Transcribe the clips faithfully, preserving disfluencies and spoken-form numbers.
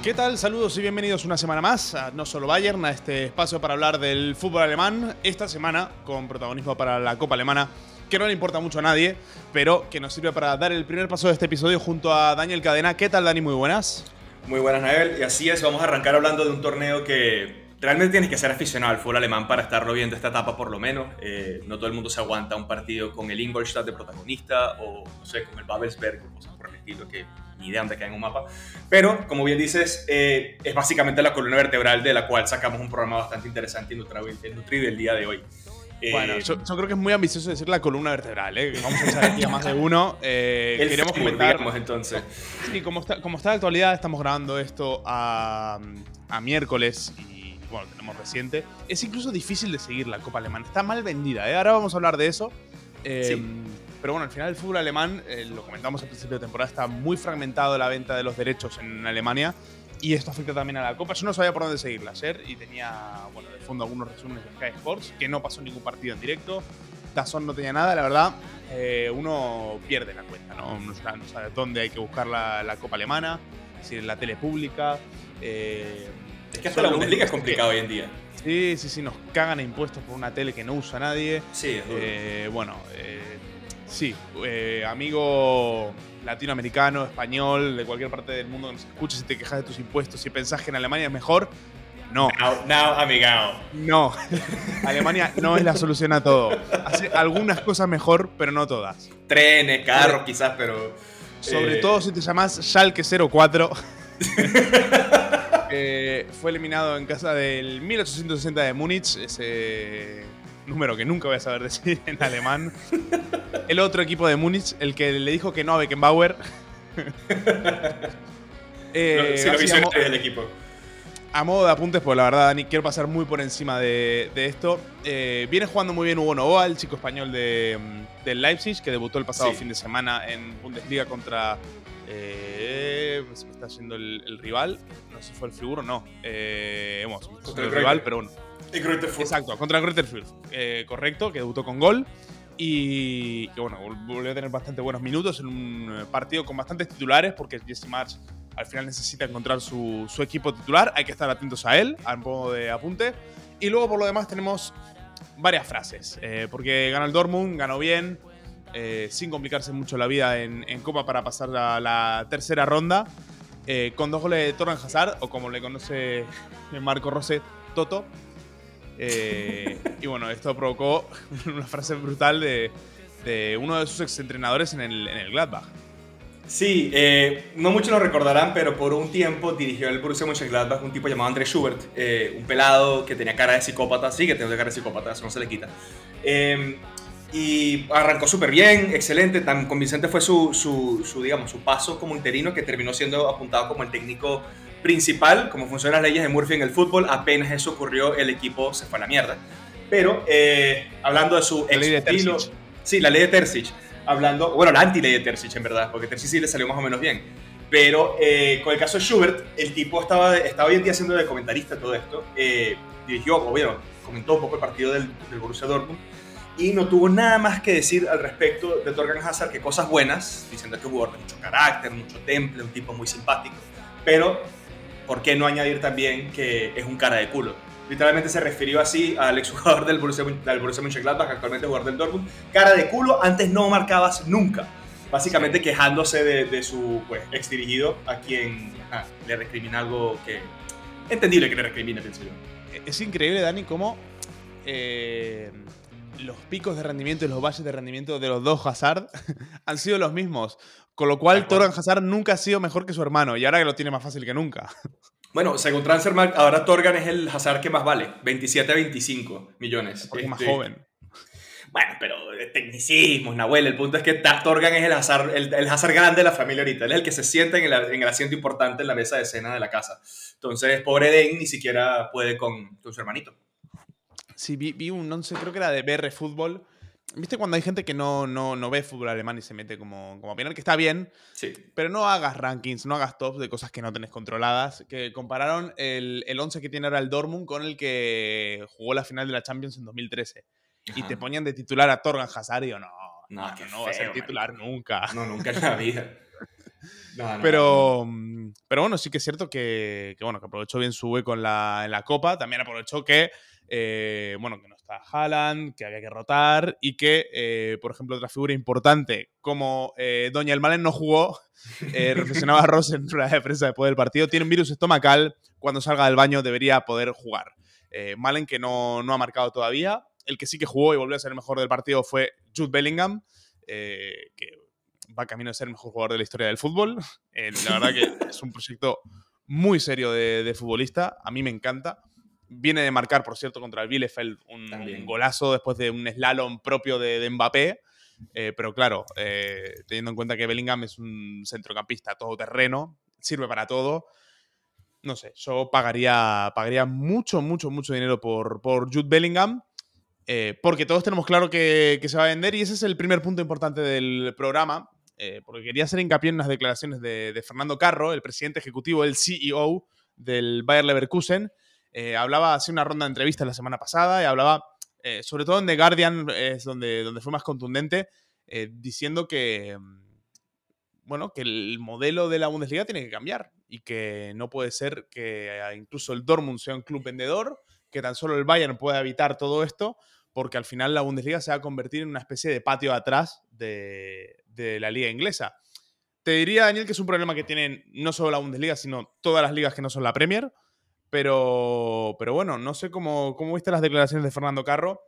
¿Qué tal? Saludos y bienvenidos una semana más a No Solo Bayern, a este espacio para hablar del fútbol alemán. Esta semana con protagonismo para la Copa Alemana, que no le importa mucho a nadie, pero que nos sirve para dar el primer paso de este episodio junto a Daniel Cadena. ¿Qué tal, Dani? Muy buenas. Muy buenas, Nael. Y así es, vamos a arrancar hablando de un torneo que realmente tienes que ser aficionado al fútbol alemán para estarlo viendo esta etapa por lo menos. Eh, no todo el mundo se aguanta un partido con el Ingolstadt de protagonista o, no sé, con el Babelsberg o cosas por el estilo que ni idea dónde queda en un mapa. Pero, como bien dices, eh, es básicamente la columna vertebral de la cual sacamos un programa bastante interesante y nutrido el día de hoy. Eh, bueno, yo, yo creo que es muy ambicioso decir la columna vertebral, ¿eh? Vamos a echar aquí a más de uno. Eh, el queremos fémur, comentar, digamos, entonces. Sí, como está, como está la actualidad, estamos grabando esto a, a miércoles y, bueno, tenemos reciente. Es incluso difícil de seguir la Copa Alemana. Está mal vendida, ¿eh? Ahora vamos a hablar de eso. Eh, Sí. Pero bueno, al final el fútbol alemán, eh, lo comentamos al principio de temporada, está muy fragmentado la venta de los derechos en Alemania. Y esto afecta también a la Copa. Yo no sabía por dónde seguirla ayer y tenía, bueno, de fondo algunos resúmenes de Sky Sports, que no pasó ningún partido en directo. DAZN no tenía nada, la verdad. Eh, uno pierde la cuenta, ¿no? No sabe, no sabe dónde hay que buscar la, la Copa Alemana, si en la tele pública. Eh, es que hasta la Bundesliga es complicado hoy en día. Sí, sí, sí, nos cagan a impuestos por una tele que no usa nadie. Sí, es duro. Eh, bueno, eh, sí, eh, amigo latinoamericano, español, de cualquier parte del mundo que nos escuches y te quejas de tus impuestos y pensás que en Alemania es mejor, no. Now, now amigao. No. Alemania no es la solución a todo. Hace algunas cosas mejor, pero no todas. Trenes, carros, quizás, pero... Sobre eh... todo si te llamás Schalke cero cuatro. eh, fue eliminado en casa del mil ochocientos sesenta de Múnich, ese número que nunca voy a saber decir en alemán. El otro equipo de Múnich, el que le dijo que no a Beckenbauer. eh, no, sí, lo visionario del equipo. A modo de apuntes, pues la verdad, Dani, quiero pasar muy por encima de, de esto. Eh, viene jugando muy bien Hugo Novoa, el chico español de, del Leipzig, que debutó el pasado sí. fin de semana en Bundesliga contra... Eh, se me está haciendo el, el rival. No sé si fue el Friburgo, no. Eh, bueno, contra el, el rival, pero bueno. Exacto, contra el Greuther Fürth. Eh, correcto, que debutó con gol. Y que bueno, volvió a tener bastante buenos minutos en un partido con bastantes titulares, porque Jesse Marsch al final necesita encontrar su, su equipo titular. Hay que estar atentos a él, a modo de apunte. Y luego, por lo demás, tenemos varias frases. Eh, porque ganó el Dortmund, ganó bien, eh, sin complicarse mucho la vida en, en Copa para pasar a la tercera ronda. Eh, con dos goles de Torgan Hazard, o como le conoce Marco Rose, Toto. Eh, y bueno, esto provocó una frase brutal de, de uno de sus exentrenadores en el, en el Gladbach. Sí, eh, no muchos lo recordarán, pero por un tiempo dirigió el Borussia Mönchengladbach un tipo llamado André Schubert, eh, un pelado que tenía cara de psicópata, sí que tenía cara de psicópata, eso no se le quita. Eh, y arrancó súper bien, excelente, tan convincente fue su, su, su, digamos, su paso como interino que terminó siendo apuntado como el técnico principal. Como funcionan las leyes de Murphy en el fútbol, apenas eso ocurrió, el equipo se fue a la mierda. Pero eh, hablando de su la ley de estilo, sí, la ley de Terzic, hablando, bueno, la anti-ley de Terzic en verdad, porque Terzic sí le salió más o menos bien. Pero eh, con el caso de Schubert, el tipo estaba, estaba hoy en día siendo de comentarista todo esto, eh, dirigió, o bueno, comentó un poco el partido del, del Borussia Dortmund, y no tuvo nada más que decir al respecto de Torgan Hazard que cosas buenas, diciendo que es un jugador de mucho carácter, mucho temple, un tipo muy simpático, pero ¿por qué no añadir también que es un cara de culo? Literalmente se refirió así al exjugador del Borussia, del Borussia Mönchengladbach, actualmente jugador del Dortmund. Cara de culo, antes no marcabas nunca. Básicamente sí. quejándose de, de su pues, ex dirigido, a quien ah, le recrimina algo que... entendible que le recrimina, pienso yo. Es increíble, Dani, cómo eh, los picos de rendimiento y los valles de rendimiento de los dos Hazard han sido los mismos. Con lo cual, Torgan Hazard nunca ha sido mejor que su hermano, y ahora que lo tiene más fácil que nunca. Bueno, según Transfermarkt, ahora Torgan es el Hazard que más vale, veintisiete a veinticinco millones. Porque es este, más joven. Bueno, pero tecnicismos, Nahuel. El punto es que Torgan es el Hazard, el, el Hazard grande de la familia ahorita. Él es el que se sienta en el, en el asiento importante en la mesa de cena de la casa. Entonces, pobre Den ni siquiera puede con, con su hermanito. Sí, vi, vi un once, creo que era de B R Fútbol. ¿Viste cuando hay gente que no, no, no ve fútbol alemán y se mete como, como a opinar? Que está bien, sí. Pero no hagas rankings, no hagas tops de cosas que no tenés controladas. Que compararon el, el once que tiene ahora el Dortmund con el que jugó la final de la Champions en dos mil trece. Ajá. Y te ponían de titular a Torgan Hazard y yo, no, no, no, no feo, va a ser titular man. nunca. No, nunca en la vida. No, no, pero, no. Pero bueno, sí que es cierto que, que, bueno, que aprovechó bien su hueco en la, en la Copa. También aprovechó que, eh, bueno, que no está Haaland, que había que rotar y que, eh, por ejemplo, otra figura importante como eh, Doña El Malen no jugó, eh, reflexionaba Ross en rueda de prensa después del partido, tiene un virus estomacal, cuando salga del baño debería poder jugar. Eh, Malen que no, no ha marcado todavía. El que sí que jugó y volvió a ser el mejor del partido fue Jude Bellingham, eh, que va camino de ser el mejor jugador de la historia del fútbol. Eh, la verdad que es un proyecto muy serio de, de futbolista. A mí me encanta. Viene de marcar, por cierto, contra el Bielefeld un, un golazo después de un slalom propio de, de Mbappé. Eh, pero claro, eh, teniendo en cuenta que Bellingham es un centrocampista todoterreno, sirve para todo. No sé, yo pagaría, pagaría mucho, mucho, mucho dinero por, por Jude Bellingham. Eh, porque todos tenemos claro que, que se va a vender y ese es el primer punto importante del programa. Eh, porque quería hacer hincapié en unas declaraciones de, de Fernando Carro, el presidente ejecutivo, el C E O del Bayer Leverkusen. Eh, hablaba, hacía una ronda de entrevistas la semana pasada y hablaba, eh, sobre todo en The Guardian, es donde, donde fue más contundente, eh, diciendo que, bueno, que el modelo de la Bundesliga tiene que cambiar y que no puede ser que incluso el Dortmund sea un club vendedor, que tan solo el Bayern pueda evitar todo esto, porque al final la Bundesliga se va a convertir en una especie de patio atrás de, de la liga inglesa. Te diría, Daniel, que es un problema que tienen no solo la Bundesliga, sino todas las ligas que no son la Premier, pero, pero bueno, no sé cómo, cómo viste las declaraciones de Fernando Carro,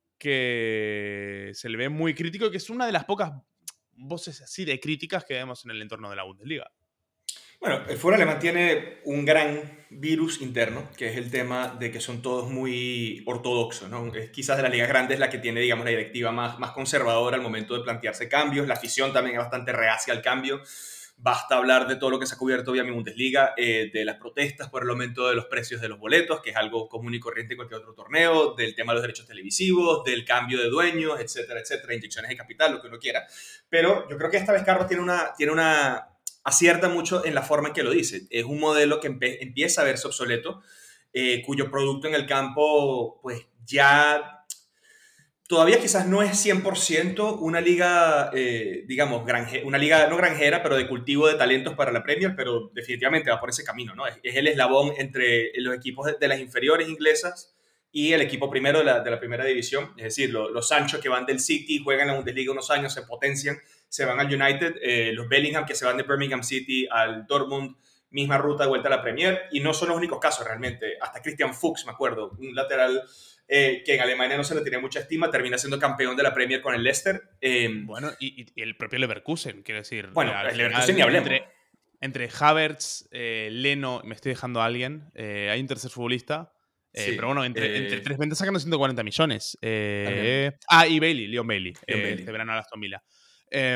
que se le ve muy crítico y que es una de las pocas voces así de críticas que vemos en el entorno de la Bundesliga. Bueno, el fútbol alemán tiene un gran virus interno, que es el tema de que son todos muy ortodoxos, ¿no? Es quizás de las ligas grandes la que tiene, digamos, la directiva más, más conservadora al momento de plantearse cambios. La afición también es bastante reacia al cambio. Basta hablar de todo lo que se ha cubierto vía mi Bundesliga, eh, de las protestas por el aumento de los precios de los boletos, que es algo común y corriente en cualquier otro torneo, del tema de los derechos televisivos, del cambio de dueños, etcétera, etcétera, inyecciones de capital, lo que uno quiera. Pero yo creo que esta vez Carlos tiene una... Tiene una acierta mucho en la forma en que lo dice. Es un modelo que empe empieza a verse obsoleto, eh, cuyo producto en el campo, pues ya todavía quizás no es cien por ciento una liga, eh, digamos, granje una liga no granjera, pero de cultivo de talentos para la Premier, pero definitivamente va por ese camino, ¿no? Es, es el eslabón entre los equipos de, de las inferiores inglesas y el equipo primero de la, de la primera división, es decir, lo, los Sancho que van del City, juegan en la Bundesliga unos años, se potencian, se van al United, eh, los Bellingham que se van de Birmingham City al Dortmund, misma ruta de vuelta a la Premier, y no son los únicos casos realmente, hasta Christian Fuchs, me acuerdo, un lateral eh, que en Alemania no se le tenía mucha estima, termina siendo campeón de la Premier con el Leicester. Eh, bueno, y, y el propio Leverkusen, quiero decir. Bueno, el Leverkusen ni hablemos. Entre, entre Havertz, eh, Leno, me estoy dejando a alguien, eh, hay un tercer futbolista. Eh, sí, pero bueno, entre, eh, entre tres ventas sacan ciento cuarenta millones. Eh, ah, y Bailey, Leon Bailey, Leon eh, Bailey. Este verano a Aston Villa. Eh,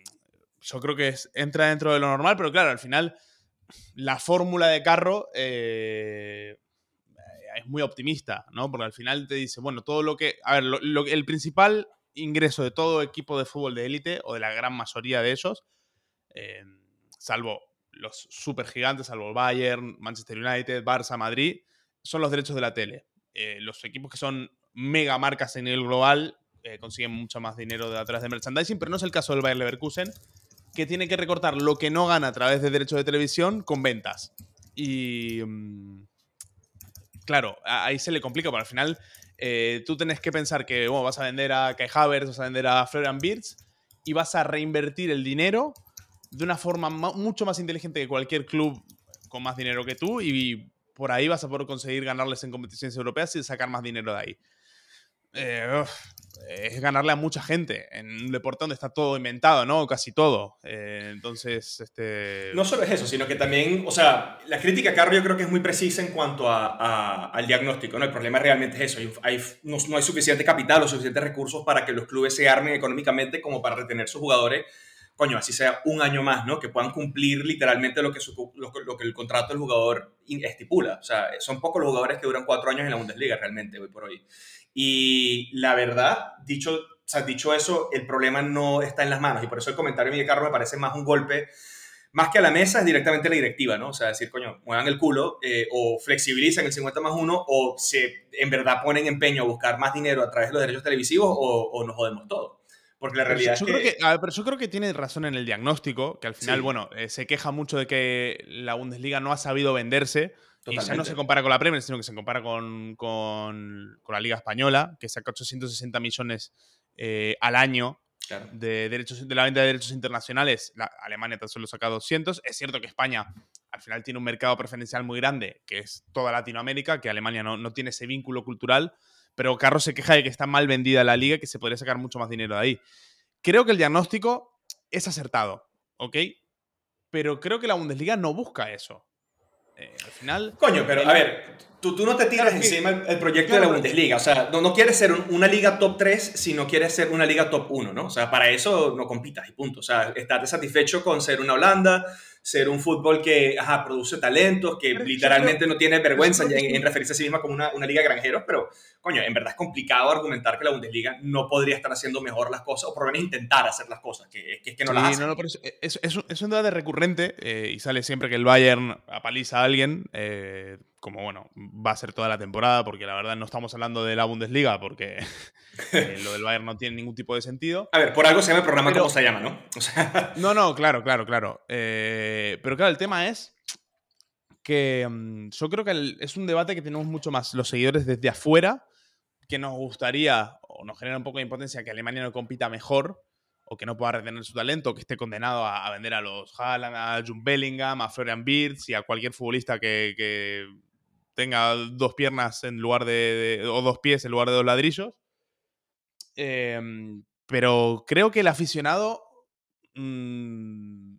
yo creo que es, entra dentro de lo normal, pero claro, al final la fórmula de Carro eh, es muy optimista, ¿no? Porque al final te dice, bueno, todo lo que... A ver, lo, lo, el principal ingreso de todo equipo de fútbol de élite, o de la gran mayoría de ellos, eh, salvo los super gigantes, salvo Bayern, Manchester United, Barça, Madrid, son los derechos de la tele. Eh, los equipos que son mega marcas en el global eh, consiguen mucho más dinero de atrás de merchandising, pero no es el caso del Bayer Leverkusen, que tiene que recortar lo que no gana a través de derechos de televisión con ventas. Y mmm, claro, ahí se le complica, porque al final eh, tú tenés que pensar que bueno, vas a vender a Kai Havertz, vas a vender a Florian Wirtz y vas a reinvertir el dinero de una forma mucho más inteligente que cualquier club con más dinero que tú, y por ahí vas a poder conseguir ganarles en competiciones europeas y sacar más dinero de ahí. Eh, uf, es ganarle a mucha gente en un deporte donde está todo inventado, ¿no? Casi todo. Eh, entonces, este... No solo es eso, sino que también, o sea, la crítica a Carro yo creo que es muy precisa en cuanto a, a, al diagnóstico, ¿no? El problema realmente es eso. Hay, hay, no, no hay suficiente capital o suficientes recursos para que los clubes se armen económicamente como para retener sus jugadores, coño, así sea un año más, ¿no? Que puedan cumplir literalmente lo que, su, lo, lo que el contrato del jugador estipula. O sea, son pocos los jugadores que duran cuatro años en la Bundesliga realmente, hoy por hoy. Y la verdad, dicho, o sea, dicho eso, el problema no está en las manos. Y por eso el comentario de Miguel Carro me parece más un golpe, más que a la mesa, es directamente a la directiva, ¿no? O sea, decir, coño, muevan el culo, eh, o flexibilizan el cincuenta más uno, o se en verdad ponen empeño a buscar más dinero a través de los derechos televisivos, o, o nos jodemos todo. Porque la Pero yo, realidad es yo creo que... que, a ver, pero yo creo que tiene razón en el diagnóstico, que al final, Sí, bueno, eh, se queja mucho de que la Bundesliga no ha sabido venderse y ya no se totalmente. compara con la Premier, sino que se compara con, con, con la Liga Española, que saca ochocientos sesenta millones eh, al año Claro. de, derechos, de la venta de derechos internacionales. La, Alemania tan solo saca doscientos. Es cierto que España al final tiene un mercado preferencial muy grande, que es toda Latinoamérica, que Alemania no, no tiene ese vínculo cultural, pero Carlos se queja de que está mal vendida la liga y que se podría sacar mucho más dinero de ahí. Creo que el diagnóstico es acertado, ¿ok? Pero creo que la Bundesliga no busca eso. Eh, al final, Coño, pero a el, ver, tú, tú no te tiras claro, es que, encima el, el proyecto de claro, la pero, Bundesliga. O sea, no, no quieres ser un- una liga top tres si no quieres ser una liga top uno, ¿no? O sea, para eso no compitas y punto. O sea, estate satisfecho con ser una Holanda, ser un fútbol que ajá, produce talentos, que pero es que yo creo, literalmente no tiene pero yo vergüenza creo que es en, en un, referirse a sí misma como una, una liga de granjeros, pero coño, en verdad es complicado argumentar que la Bundesliga no podría estar haciendo mejor las cosas, o por lo menos intentar hacer las cosas, que, que es que no las sí, no, hacen. no, pero es, es, es un, es un debate recurrente eh, y sale siempre que el Bayern apaliza a alguien, eh, como bueno, va a ser toda la temporada, porque la verdad no estamos hablando de la Bundesliga, porque eh, lo del Bayern no tiene ningún tipo de sentido. A ver, por algo se llama el programa como Pero, se llama, ¿no? O sea, no, no, claro, claro, claro. Eh, pero claro, el tema es que mm, yo creo que el- es un debate que tenemos mucho más los seguidores desde afuera, que nos gustaría o nos genera un poco de impotencia que Alemania no compita mejor o que no pueda retener su talento, que esté condenado a, a vender a los Haaland, a Jude Bellingham, a Florian Wirtz y a cualquier futbolista que, que tenga dos piernas en lugar de, de- o dos pies en lugar de dos ladrillos. Eh, pero creo que el aficionado mmm,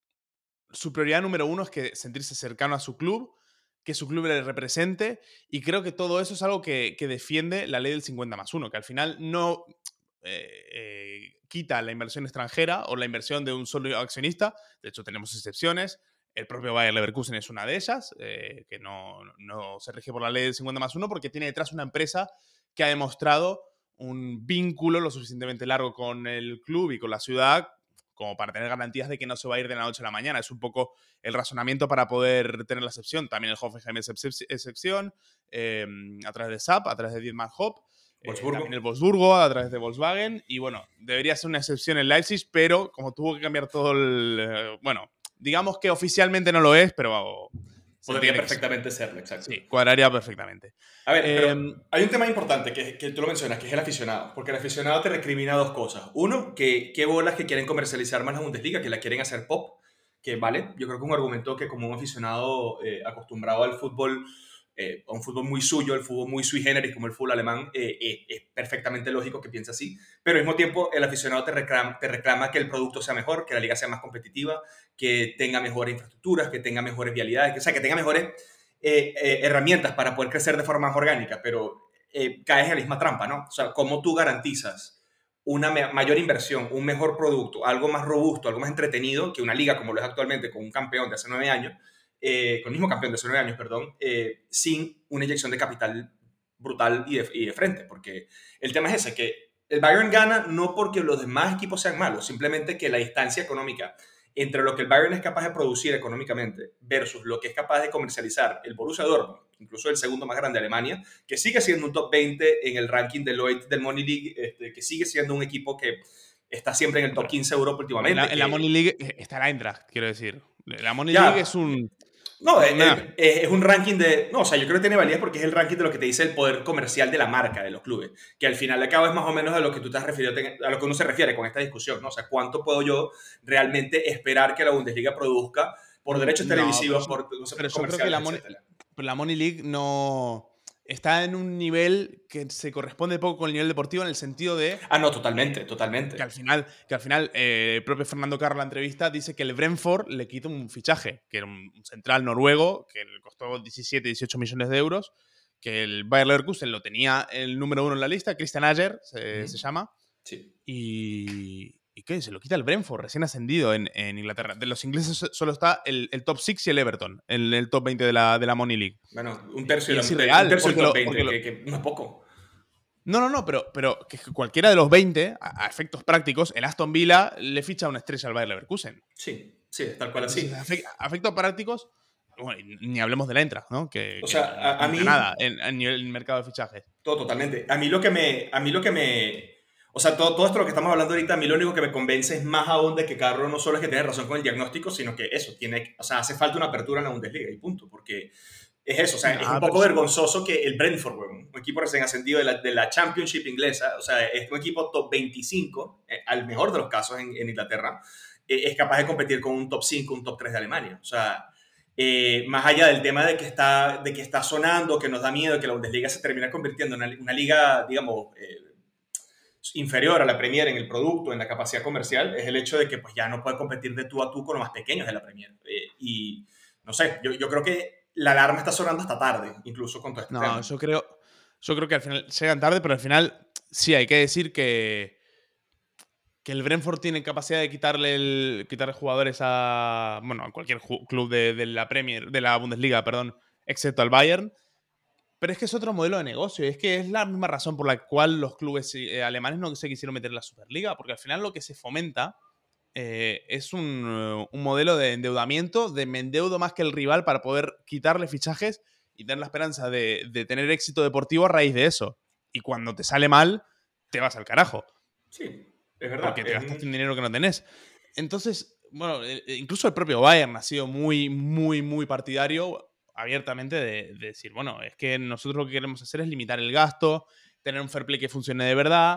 su prioridad número uno es que sentirse cercano a su club, que su club le represente, y creo que todo eso es algo que, que defiende la ley del cincuenta más uno, que al final no eh, eh, quita la inversión extranjera o la inversión de un solo accionista. De hecho, tenemos excepciones. El propio Bayer Leverkusen es una de ellas, eh, que no, no se rige por la ley del cincuenta más uno porque tiene detrás una empresa que ha demostrado un vínculo lo suficientemente largo con el club y con la ciudad como para tener garantías de que no se va a ir de la noche a la mañana. Es un poco el razonamiento para poder tener la excepción. También el Hoffenheim es excep- excepción, eh, a través de S A P, a través de Dietmar Hopp, eh, Wolfsburgo. también el Wolfsburgo a través de Volkswagen, y bueno, debería ser una excepción el Leipzig, pero como tuvo que cambiar todo el... Eh, bueno, digamos que oficialmente no lo es, pero se Podría entiende que sí. perfectamente serlo, exacto. Sí, cuadraría perfectamente. A ver, Eh, pero hay un tema importante que, que tú lo mencionas, que es el aficionado, porque el aficionado te recrimina dos cosas. Uno, que qué bolas que quieren comercializar más la Bundesliga, que la quieren hacer pop, que vale, yo creo que es un argumento que como un aficionado eh, acostumbrado al fútbol, eh, a un fútbol muy suyo, el fútbol muy sui generis como el fútbol alemán, eh, eh, es perfectamente lógico que piense así, pero al mismo tiempo el aficionado te reclama, te reclama que el producto sea mejor, que la liga sea más competitiva, que tenga mejores infraestructuras, que tenga mejores vialidades, que, o sea, que tenga mejores eh, eh, herramientas para poder crecer de forma más orgánica, pero eh, caes en la misma trampa, ¿no? O sea, ¿cómo tú garantizas una mayor inversión, un mejor producto, algo más robusto, algo más entretenido que una liga como lo es actualmente con un campeón de hace nueve años, eh, con el mismo campeón de hace nueve años, perdón, eh, sin una inyección de capital brutal y de, y de frente? Porque el tema es ese, que el Bayern gana no porque los demás equipos sean malos, simplemente que la distancia económica entre lo que el Bayern es capaz de producir económicamente versus lo que es capaz de comercializar el Borussia Dortmund, incluso el segundo más grande de Alemania, que sigue siendo un top veinte en el ranking Deloitte del Money League, este, que sigue siendo un equipo que está siempre en el top pero quince de Europa en la, últimamente. en la Money Que League está la Eintracht, quiero decir. La Money League es ya, un... no, es, Una, es, un ranking de... No, o sea, yo creo que tiene validez porque es el ranking de lo que te dice el poder comercial de la marca de los clubes, que al final de cabo es más o menos a lo que tú te has referido, a lo que uno se refiere con esta discusión, ¿no? O sea, ¿cuánto puedo yo realmente esperar que la Bundesliga produzca por derechos no, pero televisivos, yo, por pero conceptos yo creo que la comerciales, Money, etcétera? la Money League no está en un nivel que se corresponde poco con el nivel deportivo en el sentido de Ah, no, eh, totalmente, que al totalmente. final, que al final eh, el propio Fernando Carr en la entrevista dice que el Brentford le quita un fichaje, que era un central noruego, que le costó diecisiete, dieciocho millones de euros, que el Bayer Leverkusen lo tenía el número uno en la lista, Christian Ayer Uh se, -huh. se llama, Sí. y, ¿y qué? Se lo quita el Brentford, recién ascendido en, en Inglaterra. De los ingleses solo está el, el top seis y el Everton, en el top veinte de la, de la Money League. Bueno, un tercio, Y de es la, de, un irreal, tercio del porque top lo, veinte, porque lo, que, que no es poco. no, no, no, pero, pero que cualquiera de los veinte, a, a efectos prácticos, el Aston Villa le ficha una estrella al Bayer Leverkusen. Sí, sí, tal cual Entonces, así. a, efe- a efectos prácticos, bueno, y ni hablemos de la Eintracht, ¿no? Que, O que sea, no, no a, a pinta mí, nada en, en nivel en mercado de fichajes. todo totalmente. A mí lo que me, a mí lo que me, O sea, todo, todo esto lo que estamos hablando ahorita, a mí lo único que me convence es más aún de que Carlo no solo es que tiene razón con el diagnóstico, sino que eso, tiene, o sea, hace falta una apertura en la Bundesliga y punto, porque es eso, o sea, es un Ah, pero poco sí. vergonzoso que el Brentford, weón, un equipo recién ascendido de la, de la Championship inglesa, o sea, es un equipo top veinticinco, eh, al mejor de los casos en, en Inglaterra, eh, es capaz de competir con un top cinco, un top tres de Alemania. O sea, eh, más allá del tema de que, está, de que está sonando, que nos da miedo, que la Bundesliga se termina convirtiendo en una, una liga, digamos, eh, inferior a la Premier en el producto, en la capacidad comercial, es el hecho de que pues, ya no puede competir de tú a tú con los más pequeños de la Premier. Eh, y no sé, yo, yo creo que la alarma está sonando hasta tarde, incluso con todo este No, tema. yo creo, yo creo que al final llegan tarde, pero al final sí hay que decir que, que el Brentford tiene capacidad de quitarle, el, quitarle jugadores a, bueno, a cualquier ju- club de, de la Premier, de la Bundesliga, perdón, excepto al Bayern. Pero es que es otro modelo de negocio. Y es que es la misma razón por la cual los clubes eh, alemanes no se quisieron meter en la Superliga. Porque al final lo que se fomenta eh, es un, eh, un modelo de endeudamiento, de me endeudo más que el rival para poder quitarle fichajes y tener la esperanza de, de tener éxito deportivo a raíz de eso. Y cuando te sale mal, te vas al carajo. Sí, es verdad. Porque te Es un... gastaste un dinero que no tenés. Entonces, bueno, eh, incluso el propio Bayern ha sido muy, muy, muy partidario abiertamente de, de decir, bueno, es que nosotros lo que queremos hacer es limitar el gasto, tener un fair play que funcione de verdad.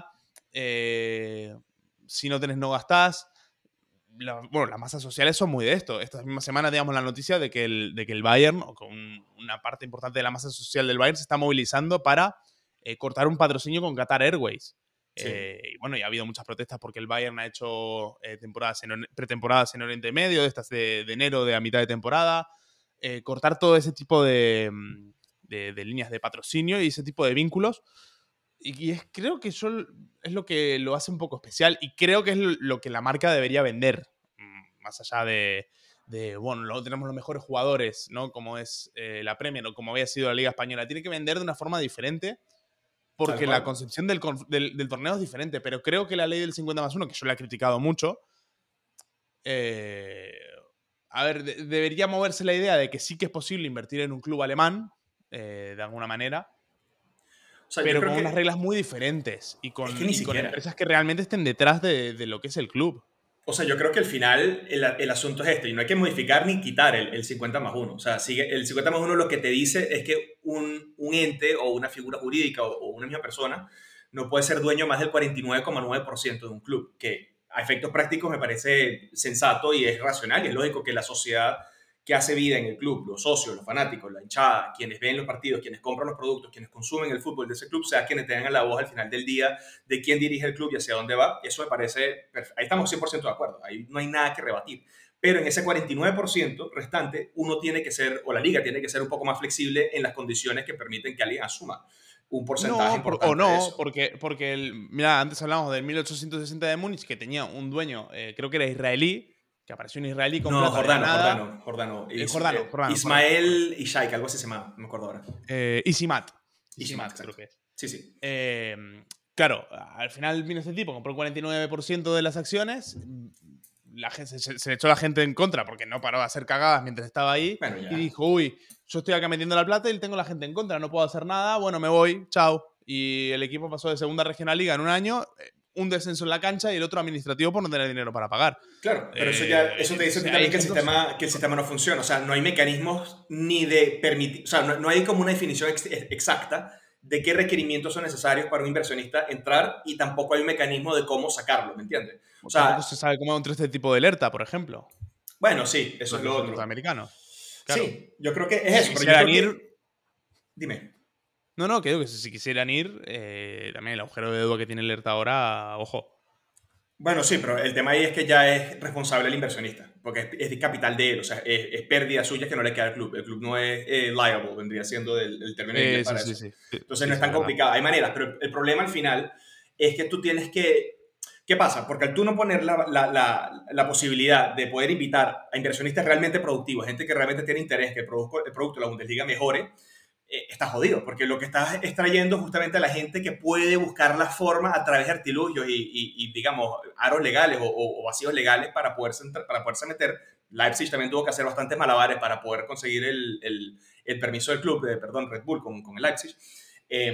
Eh, si no tenés, no gastás. La- bueno, las masas sociales son muy de esto. Esta misma semana digamos la noticia de que el, de que el Bayern, o con una parte importante de la masa social del Bayern, se está movilizando para eh, cortar un patrocinio con Qatar Airways. Sí. Eh, y bueno, y ha habido muchas protestas porque el Bayern ha hecho eh, temporadas en, pretemporadas en Oriente Medio, de estas de, de enero, de a mitad de temporada. Eh, cortar todo ese tipo de, mm, de, de líneas de patrocinio y ese tipo de vínculos. Y, y es, creo que eso es lo que lo hace un poco especial y creo que es lo que la marca debería vender. Mm, Más allá de, de bueno, luego tenemos los mejores jugadores, ¿no? Como es eh, la Premier o como había sido la Liga Española. Tiene que vender de una forma diferente Tal porque la cual. concepción del, del, del torneo es diferente. Pero creo que la ley del cincuenta más uno, que yo la he criticado mucho, eh, a ver, de, debería moverse la idea de que sí que es posible invertir en un club alemán, eh, de alguna manera, O sea, yo pero creo con unas que reglas muy diferentes y es que con, ni y con siquiera. empresas que realmente estén detrás de, de lo que es el club. O sea, yo creo que al final el, el asunto es este, y no hay que modificar ni quitar el, el cincuenta más uno. O sea, sigue, el cincuenta más uno lo que te dice es que un, un ente o una figura jurídica o, o una misma persona no puede ser dueño más del cuarenta y nueve coma nueve por ciento de un club, que a efectos prácticos me parece sensato y es racional y es lógico que la sociedad que hace vida en el club, los socios, los fanáticos, la hinchada, quienes ven los partidos, quienes compran los productos, quienes consumen el fútbol de ese club, sea quienes tengan la voz al final del día de quién dirige el club y hacia dónde va. Eso me parece perfecto. Ahí estamos cien por ciento de acuerdo, ahí no hay nada que rebatir. Pero en ese cuarenta y nueve por ciento restante, uno tiene que ser, o la liga tiene que ser un poco más flexible en las condiciones que permiten que alguien asuma un porcentaje No, por- o importante de no, eso. porque, porque el, mira, antes hablamos del mil ochocientos sesenta de Múnich, que tenía un dueño, eh, creo que era israelí, que apareció un israelí con No, plata de la Jordano, nada. Jordano, Jordano. Eh, Is, Jordano, eh, Jordano, correcto, correcto. Ismael Ishaik, algo así se llama, no me acuerdo ahora. Eh, Isimat. Ishimat, Isimat, creo exacto. que es. Sí, sí. Eh, claro, al final vino este tipo, compró el cuarenta y nueve por ciento de las acciones, la gente, se, se le echó la gente en contra porque no paró de hacer cagadas mientras estaba ahí Bueno, y ya. dijo, uy, yo estoy acá metiendo la plata y tengo la gente en contra, no puedo hacer nada, bueno, me voy, chao. Y el equipo pasó de segunda regional liga en un año, eh, un descenso en la cancha y el otro administrativo por no tener dinero para pagar. Claro, pero eso ya, Eh, eso te dice a ti entonces hay también que el ejemplos. sistema, que el sistema no funciona. O sea, no hay mecanismos ni de permitir, o sea, no, no hay como una definición ex- exacta de qué requerimientos son necesarios para un inversionista entrar y tampoco hay un mecanismo de cómo sacarlo, ¿me entiendes? O Tampoco sea, se sabe cómo entra este tipo de alerta, por ejemplo, bueno, sí, eso es porque lo son otro. norteamericanos. Claro. Sí, yo creo que es Si eso, pero yo quisieran creo ir, que, dime. no, no, que digo que si, si quisieran ir, eh, también el agujero de deuda que tiene alerta ahora, ojo. Bueno, sí, pero el tema ahí es que ya es responsable el inversionista, porque es, es de capital de él, o sea, es, es pérdida suya que no le queda al club. El club no es eh, liable, vendría siendo el, el término en inglés Eh, sí, para sí, eso. sí. Sí, Entonces no sí, es sí, tan es verdad. complicado, hay maneras, pero el problema al final es que tú tienes que... ¿Qué pasa? Porque al tú no poner la, la, la, la posibilidad de poder invitar a inversionistas realmente productivos, gente que realmente tiene interés que el producto, el producto de la Bundesliga mejore, eh, estás jodido, porque lo que estás extrayendo justamente a la gente que puede buscar la forma a través de artilugios y, y, y digamos, aros legales o, o, o vacíos legales para poderse, para poderse meter. Leipzig también tuvo que hacer bastantes malabares para poder conseguir el, el, el permiso del club, de, perdón, Red Bull con, con el Leipzig. Eh,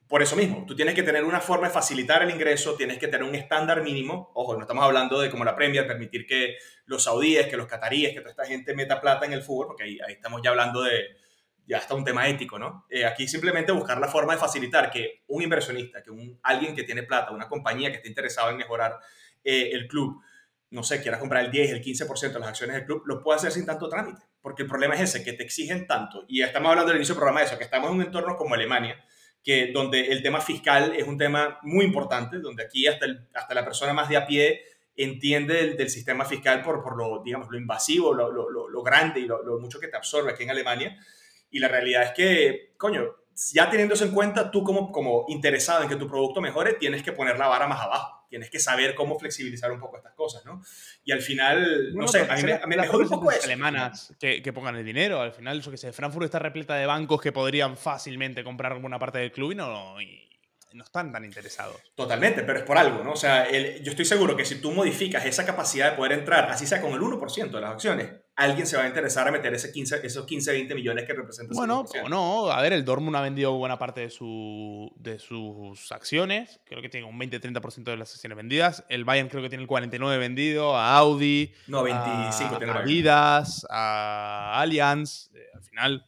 por eso mismo, tú tienes que tener una forma de facilitar el ingreso, tienes que tener un estándar mínimo. Ojo, no estamos hablando de como la Premier, permitir que los saudíes, que los cataríes, que toda esta gente meta plata en el fútbol, porque ahí, ahí estamos ya hablando de, ya está un tema ético, ¿no? Eh, aquí simplemente buscar la forma de facilitar que un inversionista, que un, alguien que tiene plata, una compañía que esté interesada en mejorar eh, el club, no sé, quieras comprar el diez, el quince por ciento de las acciones del club, lo puede hacer sin tanto trámite. Porque el problema es ese, que te exigen tanto. Y estamos hablando del inicio del programa de eso, que estamos en un entorno como Alemania, que, donde el tema fiscal es un tema muy importante, donde aquí hasta, el, hasta la persona más de a pie entiende del, del sistema fiscal por, por lo, digamos, lo invasivo, lo, lo, lo, lo grande y lo, lo mucho que te absorbe aquí en Alemania. Y la realidad es que, coño, ya teniendo eso en cuenta, tú como, como interesado en que tu producto mejore, tienes que poner la vara más abajo. Tienes que saber cómo flexibilizar un poco estas cosas, ¿no? Y al final, Bueno, no sé, a mí me, me, me jode un poco eso. Alemanas que, que pongan el dinero. Al final, yo que sé, Frankfurt está repleta de bancos que podrían fácilmente comprar alguna parte del club y no, y no están tan interesados. Totalmente, pero es por algo, ¿no? O sea, el, yo estoy seguro que si tú modificas esa capacidad de poder entrar, así sea con el uno por ciento de las acciones, alguien se va a interesar a meter ese quince, esos quince, veinte millones que representa. Bueno, o no. A ver, el Dortmund ha vendido buena parte de, su, de sus acciones. Creo que tiene un veinte, treinta por ciento de las acciones vendidas. El Bayern creo que tiene el cuarenta y nueve por ciento vendido. A Audi, no, veinticinco, a Adidas, a Allianz. Eh, al final,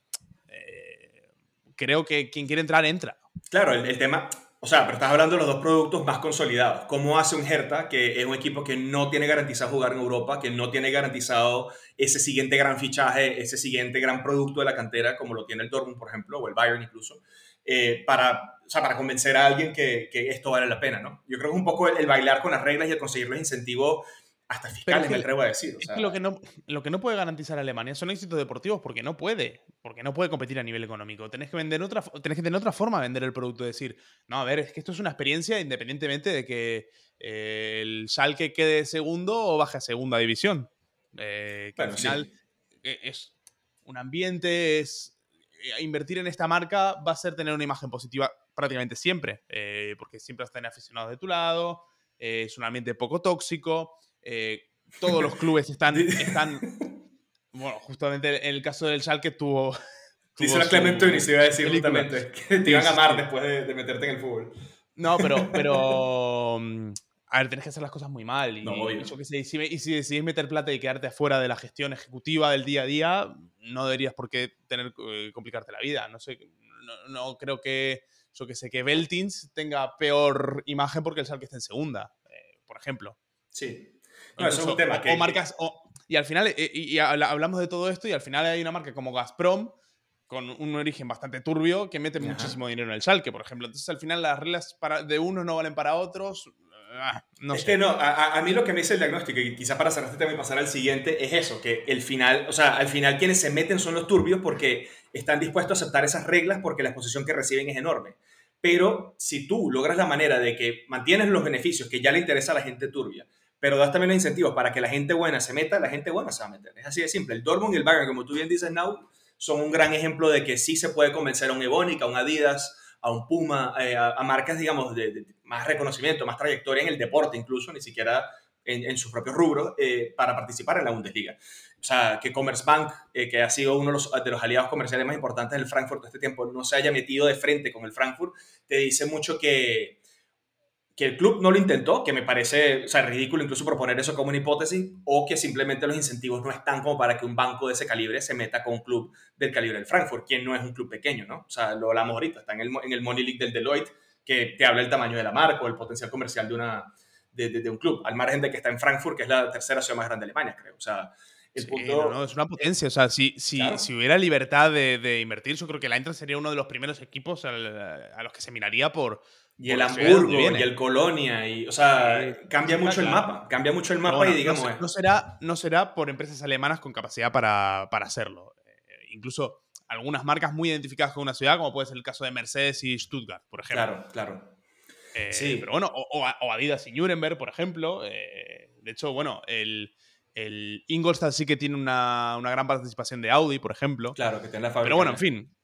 eh, creo que quien quiere entrar, entra. Claro, el, el tema... O sea, pero estás hablando de los dos productos más consolidados. ¿Cómo hace un Hertha, que es un equipo que no tiene garantizado jugar en Europa, que no tiene garantizado ese siguiente gran fichaje, ese siguiente gran producto de la cantera, como lo tiene el Dortmund, por ejemplo, o el Bayern incluso, eh, para, o sea, para convencer a alguien que, que esto vale la pena, ¿no? Yo creo que es un poco el, el bailar con las reglas y el conseguir los incentivos hasta fiscales, me atrevo a decir. O es sea, que lo que, no, lo que no puede garantizar Alemania son éxitos deportivos porque no puede. Porque no puede competir a nivel económico. Tenés que, vender otra, tenés que tener otra forma de vender el producto. Decir, no, a ver, es que esto es una experiencia independientemente de que eh, el Schalke quede segundo o baje a segunda división. Eh, que bueno, al final sí. es un ambiente, es invertir en esta marca va a ser tener una imagen positiva prácticamente siempre. Eh, porque siempre vas a tener aficionados de tu lado. Eh, es un ambiente poco tóxico. Eh, todos los clubes están, están... Bueno, justamente en el caso del Schalke tuvo... Dice la Clement Tuni, se iba a decir película. Justamente, que te iban a amar después de, de meterte en el fútbol. No, pero... pero a ver, tenés que hacer las cosas muy mal. Y, no, y yo qué sé, y si, y si decidís meter plata y quedarte afuera de la gestión ejecutiva del día a día, no deberías por qué tener eh, complicarte la vida. No sé, no, no creo que... Yo que sé, que Veltins tenga peor imagen porque el Schalke está en segunda, eh, por ejemplo. Sí. No, eso es un tema o, que... o marcas... O, y al final, y, y hablamos de todo esto y al final hay una marca como Gazprom con un origen bastante turbio que mete Ajá. muchísimo dinero en el Schalke, por ejemplo. Entonces al final las reglas para, de unos no valen para otros. Ah, no es sé. que no, a, a mí lo que me dice el diagnóstico, y quizá para cerrar este tema y pasar al siguiente, es eso, que el final, o sea, al final quienes se meten son los turbios porque están dispuestos a aceptar esas reglas porque la exposición que reciben es enorme. Pero si tú logras la manera de que mantienes los beneficios que ya le interesa a la gente turbia, pero das también los incentivos para que la gente buena se meta, la gente buena se va a meter. Es así de simple. El Dortmund y el Bayern, como tú bien dices, Now, son un gran ejemplo de que sí se puede convencer a un Evonik, a un Adidas, a un Puma, eh, a, a marcas, digamos, de, de más reconocimiento, más trayectoria en el deporte incluso, ni siquiera en, en sus propios rubros, eh, para participar en la Bundesliga. O sea, que Commerzbank, eh, que ha sido uno de los, de los aliados comerciales más importantes del Frankfurt de este tiempo, no se haya metido de frente con el Frankfurt, te dice mucho que que el club no lo intentó, que me parece, o sea, ridículo incluso proponer eso como una hipótesis, o que simplemente los incentivos no están como para que un banco de ese calibre se meta con un club del calibre del Frankfurt, quien no es un club pequeño, ¿no? O sea, lo hablamos ahorita, está en el, en el Money League del Deloitte, que te habla del tamaño de la marca o el potencial comercial de, una, de, de, de un club, al margen de que está en Frankfurt, que es la tercera ciudad más grande de Alemania, creo. O sea, el sí, punto... no, no, es una potencia. O sea, si, si, claro. si hubiera libertad de, de invertir, yo creo que la Eintracht sería uno de los primeros equipos a, a los que se miraría por... Y el Hamburgo, y el Colonia, y, o sea, sí, cambia mucho el claro. mapa, cambia mucho el mapa bueno, y digamos... No, no, será, no será por empresas alemanas con capacidad para, para hacerlo. Eh, incluso algunas marcas muy identificadas con una ciudad, como puede ser el caso de Mercedes y Stuttgart, por ejemplo. Claro, claro. Eh, sí. Pero bueno, o, o Adidas y Nuremberg, por ejemplo. Eh, de hecho, bueno, el... El Ingolstadt sí que tiene una, una gran participación de Audi, por ejemplo. Claro, que tiene la fábrica. Pero bueno, en fin,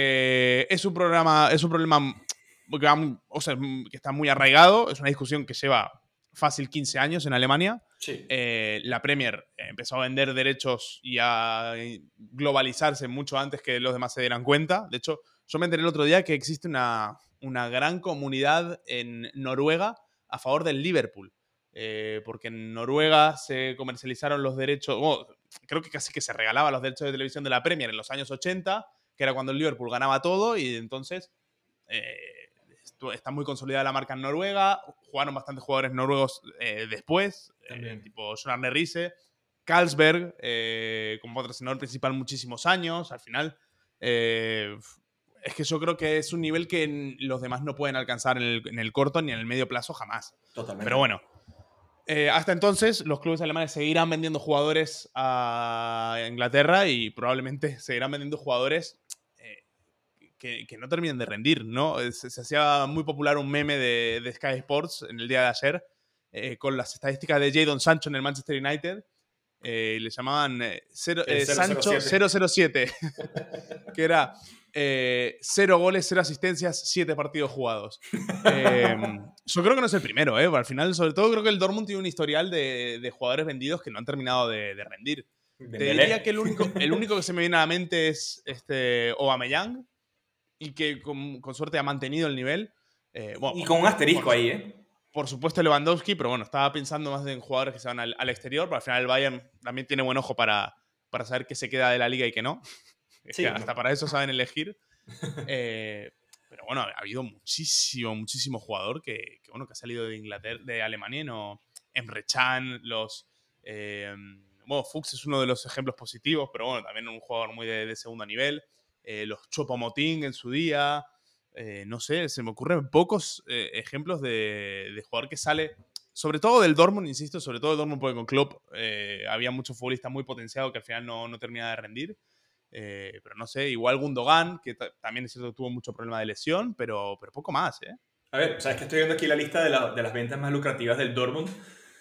que es un programa, es un problema que, o sea, que está muy arraigado. Es una discusión que lleva fácil quince años en Alemania. Sí. Eh, la Premier empezó a vender derechos y a globalizarse mucho antes que los demás se dieran cuenta. De hecho, yo me enteré el otro día que existe una, una gran comunidad en Noruega a favor del Liverpool. Eh, porque en Noruega se comercializaron los derechos, bueno, creo que casi que se regalaban los derechos de televisión de la Premier en los años ochenta, que era cuando el Liverpool ganaba todo, y entonces eh, está muy consolidada la marca en Noruega, jugaron bastantes jugadores noruegos eh, después, eh, tipo Jon Arne Riise, Carlsberg, eh, como patrocinador principal muchísimos años, al final... Eh, es que yo creo que es un nivel que los demás no pueden alcanzar en el, en el corto ni en el medio plazo jamás. Totalmente. Pero bueno, eh, hasta entonces los clubes alemanes seguirán vendiendo jugadores a Inglaterra y probablemente seguirán vendiendo jugadores eh, que, que, no terminen de rendir, ¿no? Se, se hacía muy popular un meme de, de Sky Sports en el día de ayer eh, con las estadísticas de Jadon Sancho en el Manchester United. Eh, le llamaban eh, cero, eh, Sancho cero cero siete, que era eh, cero goles, cero asistencias, siete partidos jugados. Eh, yo creo que no es el primero, ¿eh? Al final, sobre todo, creo que el Dortmund tiene un historial de, de jugadores vendidos que no han terminado de, de rendir. De Te Belé. diría que el único, el único que se me viene a la mente es este Aubameyang, y que con, con suerte ha mantenido el nivel. Eh, bueno, y con un asterisco por, ahí, ¿eh? Por supuesto Lewandowski, pero bueno, estaba pensando más en jugadores que se van al, al exterior, pero al final el Bayern también tiene buen ojo para, para saber qué se queda de la liga y qué no. Es sí, que hasta no. para eso saben elegir. Eh, pero bueno, ha habido muchísimo, muchísimo jugador que, que, bueno, que ha salido de Inglaterra, de Alemania, no. Emre Can, los... Eh, bueno, Fuchs es uno de los ejemplos positivos, pero bueno, también un jugador muy de, de segundo nivel. Eh, los Choupo-Moting en su día... Eh, no sé, se me ocurren pocos eh, ejemplos de, de jugador que sale, sobre todo del Dortmund, insisto, sobre todo del Dortmund porque con Klopp eh, había muchos futbolistas muy potenciados que al final no, no terminaba de rendir. Eh, pero no sé, igual Gundogan, que también es cierto que tuvo mucho problema de lesión, pero, pero poco más, ¿eh? A ver, sabes que estoy viendo aquí la lista de, la, de las ventas más lucrativas del Dortmund.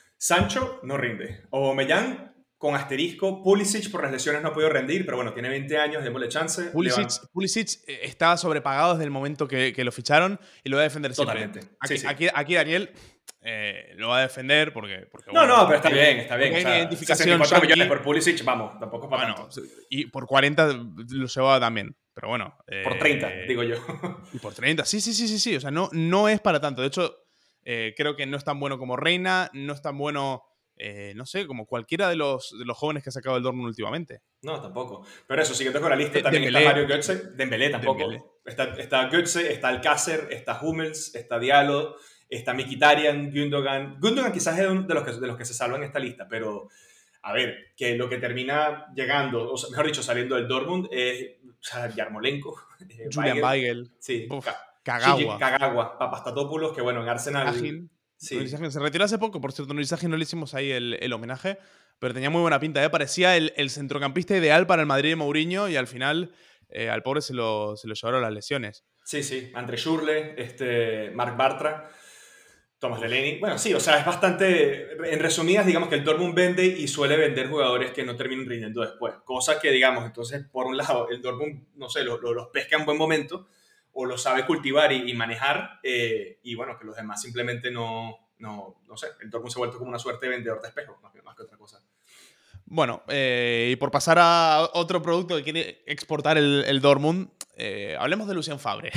Sancho no rinde. Aubameyang con asterisco. Pulisic por las lesiones no ha podido rendir, pero bueno, tiene veinte años, démosle chance. Pulisic, Levan... Pulisic estaba sobrepagado desde el momento que, que lo ficharon y lo va a defender siempre. Totalmente. Aquí, sí, sí. aquí, aquí Daniel eh, lo va a defender porque... porque no, bueno, no, pero está bien, está bien. Hay o sea, identificación sesenta y cuatro millones por Pulisic, vamos, tampoco es para bueno, tanto. Y por cuarenta lo llevaba también, pero bueno. Eh, por treinta, digo yo. Y por treinta, sí, sí, sí, sí, sí. O sea, no, no es para tanto. De hecho, eh, creo que no es tan bueno como Reina, no es tan bueno... Eh, no sé, como cualquiera de los, de los jóvenes que ha sacado el Dortmund últimamente. No, tampoco. Pero eso, siguiendo con la lista, también Dembélé, está Mario Götze. Dembélé tampoco. Dembélé. Está, está Götze, está Alcácer, está Hummels, está Diallo, está Mkhitaryan, Gundogan. Gundogan quizás es uno de los que, de los que se salvan en esta lista, pero a ver, que lo que termina llegando, o sea, mejor dicho, saliendo del Dortmund es o sea, Yarmolenko, eh, Julian Weigl, sí, Uf, Ka Kagawa, Kagawa, Papastatopoulos, que bueno, en Arsenal... Agin. Sí. Se retiró hace poco, por cierto, Nurisaje no le hicimos ahí el, el homenaje, pero tenía muy buena pinta, ¿eh? Parecía el, el centrocampista ideal para el Madrid de Mourinho y al final eh, al pobre se lo, se lo llevaron las lesiones. Sí, sí, André Schürrle, este, Marc Bartra, Thomas Delaney. Bueno, sí, o sea, es bastante... En resumidas, digamos que el Dortmund vende y suele vender jugadores que no terminan rindiendo después. Cosa que, digamos, entonces, por un lado, el Dortmund, no sé, los, los pesca en buen momento o lo sabe cultivar y, y manejar, eh, y bueno, que los demás simplemente no, no, no sé, el Dortmund se ha vuelto como una suerte de vendedor de espejos, más que, más que otra cosa. Bueno, eh, y por pasar a otro producto que quiere exportar el, el Dortmund, eh, hablemos de Lucien Favre,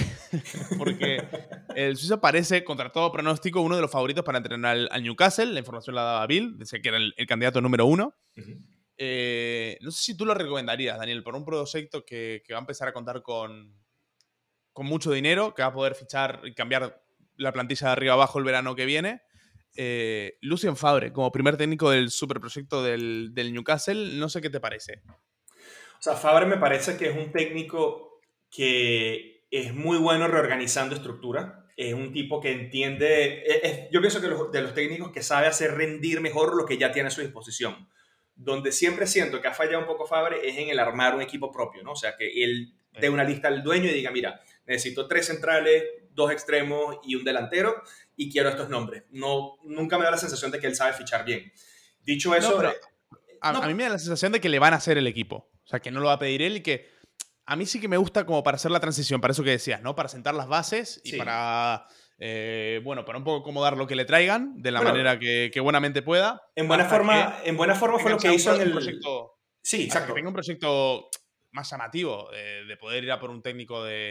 porque el suizo parece, contra todo pronóstico, uno de los favoritos para entrenar al, al Newcastle. La información la daba Bill, decía que era el, el candidato número uno. Uh-huh. eh, no sé si tú lo recomendarías, Daniel, por un proyecto que, que va a empezar a contar con... con mucho dinero, que va a poder fichar y cambiar la plantilla de arriba abajo el verano que viene. Eh, Lucien Favre, como primer técnico del superproyecto del, del Newcastle, no sé qué te parece. O sea, Favre me parece que es un técnico que es muy bueno reorganizando estructura. Es un tipo que entiende... Es, es, yo pienso que los, de los técnicos que sabe hacer rendir mejor lo que ya tiene a su disposición. Donde siempre siento que ha fallado un poco Favre es en el armar un equipo propio, ¿no? O sea, que él dé una lista al dueño y diga, mira, necesito tres centrales, dos extremos y un delantero y quiero estos nombres. No, nunca me da la sensación de que él sabe fichar bien. Dicho eso... No, pero a, no. a mí me da la sensación de que le van a hacer el equipo. O sea, que no lo va a pedir él y que a mí sí que me gusta como para hacer la transición, para eso que decías, ¿no? Para sentar las bases y sí. para... Eh, bueno, para un poco acomodar lo que le traigan de la bueno, manera que, que buenamente pueda. En buena forma, en buena forma fue lo que hizo en el... proyecto. Sí, exacto. Que tenga un proyecto más llamativo, de, de poder ir a por un técnico de,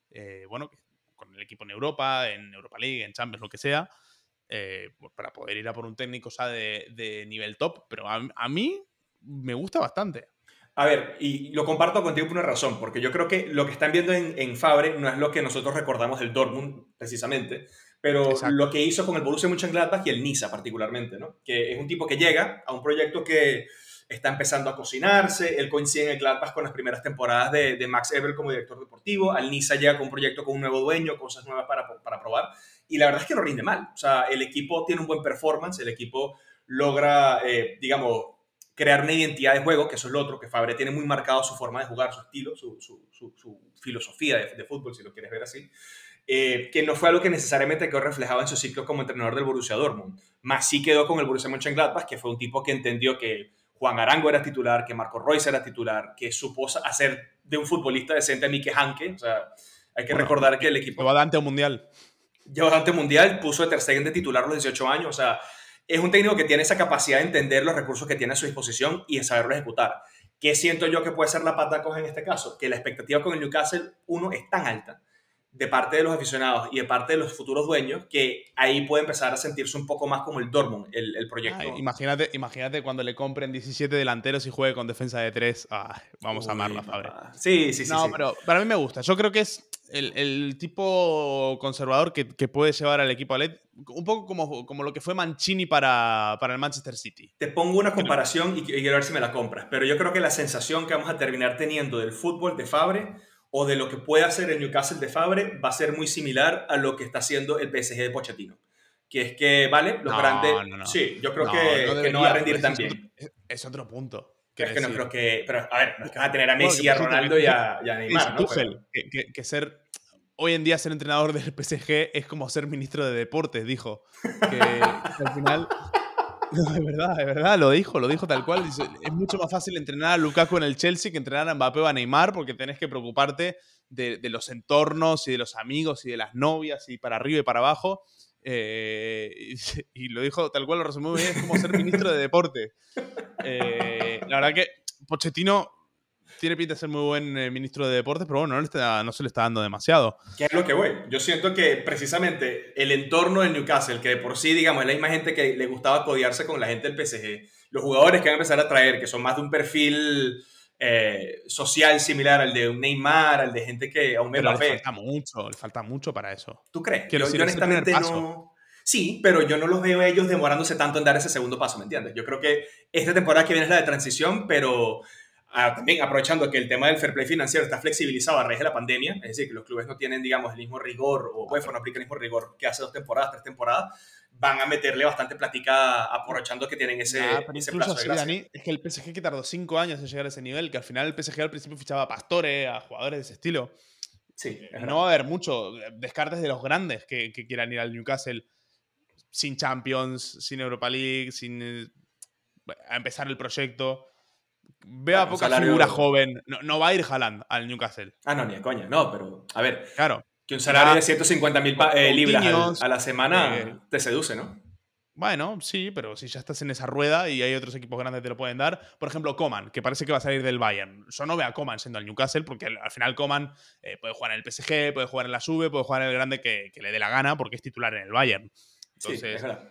eh, bueno, con el equipo en Europa, en Europa League, en Champions, lo que sea, eh, para poder ir a por un técnico ya de, de nivel top. Pero a, a mí me gusta bastante. A ver, y lo comparto contigo por una razón, porque yo creo que lo que están viendo en, en Favre no es lo que nosotros recordamos del Dortmund, precisamente, pero lo Exacto. que hizo con el Borussia Mönchengladbach y el Niza particularmente, ¿no? Que es un tipo que llega a un proyecto que está empezando a cocinarse, él coincide en el Gladbach con las primeras temporadas de, de Max Eberl como director deportivo, al Niza llega con un proyecto con un nuevo dueño, cosas nuevas para, para probar, y la verdad es que no rinde mal, o sea, el equipo tiene un buen performance, el equipo logra, eh, digamos, crear una identidad de juego, que eso es lo otro, que Favre tiene muy marcado su forma de jugar, su estilo, su, su, su, su filosofía de, de, fútbol, si lo quieres ver así, eh, que no fue algo que necesariamente quedó reflejado en su ciclo como entrenador del Borussia Dortmund, más sí quedó con el Borussia Mönchengladbach, que fue un tipo que entendió que Juan Arango era titular, que Marco Reus era titular, que supo hacer de un futbolista decente a Mike Hanke, o sea, hay que Bueno, recordar que el equipo lleva Dante a un mundial. Lleva Dante mundial, puso a Ter Stegen de titular a los dieciocho años, o sea, es un técnico que tiene esa capacidad de entender los recursos que tiene a su disposición y de saberlo ejecutar. ¿Qué siento yo que puede ser la pata coja en este caso? Que la expectativa con el Newcastle, uno, es tan alta de parte de los aficionados y de parte de los futuros dueños que ahí puede empezar a sentirse un poco más como el Dortmund, el, el proyecto. Ay, imagínate, imagínate cuando le compren diecisiete delanteros y juegue con defensa de tres. Ah, vamos Uy, a amarla, Fabre. Sí, sí, sí, No, sí. pero para mí me gusta. Yo creo que es el, el tipo conservador que, que, puede llevar al equipo a L E D. Un poco como, como lo que fue Mancini para, para el Manchester City. Te pongo una Creo. comparación y, y quiero ver si me la compras, pero yo creo que la sensación que vamos a terminar teniendo del fútbol de Favre o de lo que puede hacer el Newcastle de Favre va a ser muy similar a lo que está haciendo el P S G de Pochettino. Que es que, vale, los no, grandes... No, no. Sí, yo creo no, que, no, que debería, no va a rendir tan es bien. otro, es, es otro punto. Es que no decir. creo que... Pero, a ver, no es que vas a tener a Messi, bueno, a Ronaldo y a, y a Neymar, ¿no? Tuchel, Pero... que, que, que ser... Hoy en día ser entrenador del P S G es como ser ministro de deportes, dijo. Que, que al final... No, es verdad, es verdad, lo dijo, lo dijo tal cual. Dice, es mucho más fácil entrenar a Lukaku en el Chelsea que entrenar a Mbappé o a Neymar porque tenés que preocuparte de, de los entornos y de los amigos y de las novias y para arriba y para abajo. Eh, y, y lo dijo tal cual, lo resumió muy bien, es como ser ministro de deporte. Eh, la verdad que Pochettino tiene pinta de ser muy buen eh, ministro de deportes, pero bueno, no, le está, no se le está dando demasiado. ¿Qué es lo que voy? Yo siento que precisamente el entorno del Newcastle, que de por sí, digamos, es la misma gente que le gustaba codiarse con la gente del P S G, los jugadores que van a empezar a traer, que son más de un perfil eh, social similar al de un Neymar, al de gente que a un Pero le Mbappé. falta mucho, le falta mucho para eso. ¿Tú crees? Quiero Yo, decir, yo es el primer honestamente paso. no... Sí, pero yo no los veo a ellos demorándose tanto en dar ese segundo paso, ¿me entiendes? Yo creo que esta temporada que viene es la de transición, pero ah, también aprovechando que el tema del fair play financiero está flexibilizado a raíz de la pandemia, es decir, que los clubes no tienen, digamos, el mismo rigor, o UEFA no aplica el mismo rigor que hace dos temporadas, tres temporadas, van a meterle bastante plática aprovechando que tienen ese, nah, pero ese incluso plazo de así, gracia. Dani, es que el P S G que tardó cinco años en llegar a ese nivel, que al final el P S G al principio fichaba a Pastore, a jugadores de ese estilo. Sí, es no va a haber mucho descartes de los grandes que, que quieran ir al Newcastle sin Champions, sin Europa League, sin eh, a empezar el proyecto. Veo bueno, a poca salario... figura joven. No, no va a ir Haaland al Newcastle. Ah, no, ni de coña, no, pero a ver, Claro. que un salario de ciento cincuenta mil eh, libras al, a la semana eh, te seduce, ¿no? Bueno, sí, pero si ya estás en esa rueda y hay otros equipos grandes que te lo pueden dar. Por ejemplo, Coman, que parece que va a salir del Bayern. Yo no veo a Coman siendo al Newcastle porque al final Coman eh, puede jugar en el P S G, puede jugar en la Juve, puede jugar en el grande que, que le dé la gana porque es titular en el Bayern. Entonces, sí, es verdad.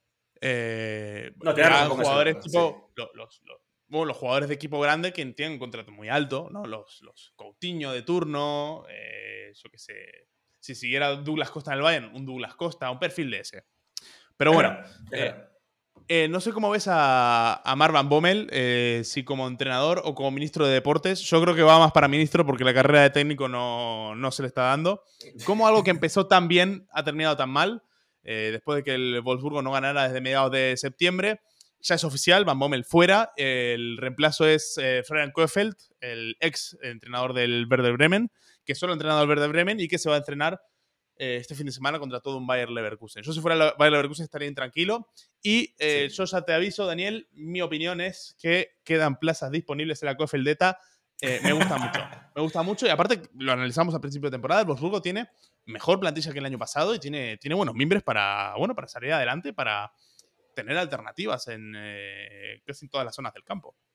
Eh, no, te razón con jugadores eso, tipo sí. los, los, los, bueno, los jugadores de equipo grande que tienen un contrato muy alto, ¿no? Los, los Coutinho de turno, eh, yo qué sé. Si siguiera Douglas Costa en el Bayern, un Douglas Costa, un perfil de ese. Pero es bueno, verdad, es eh, verdad. eh, no sé cómo ves a, a Mark Van Bommel, eh, si como entrenador o como ministro de deportes. Yo creo que va más para ministro porque la carrera de técnico no, no se le está dando. ¿Cómo algo que empezó tan bien ha terminado tan mal? Eh, después de que el Wolfsburgo no ganara desde mediados de septiembre. Ya es oficial, Van Bommel fuera. El reemplazo es eh, Florian Kohfeldt, el ex entrenador del Werder Bremen, que solo ha entrenado al Werder Bremen y que se va a entrenar eh, este fin de semana contra todo un Bayer Leverkusen. Yo si fuera el Bayer Leverkusen estaría intranquilo. Y eh, sí. yo ya te aviso, Daniel, mi opinión es que quedan plazas disponibles en la Kohfeldeta. Eh, me gusta mucho. Me gusta mucho. Y aparte, lo analizamos al principio de temporada, el Wolfsburgo tiene mejor plantilla que el año pasado y tiene, tiene buenos mimbres para, bueno, para salir adelante, para tener alternativas en eh, casi en todas las zonas del campo.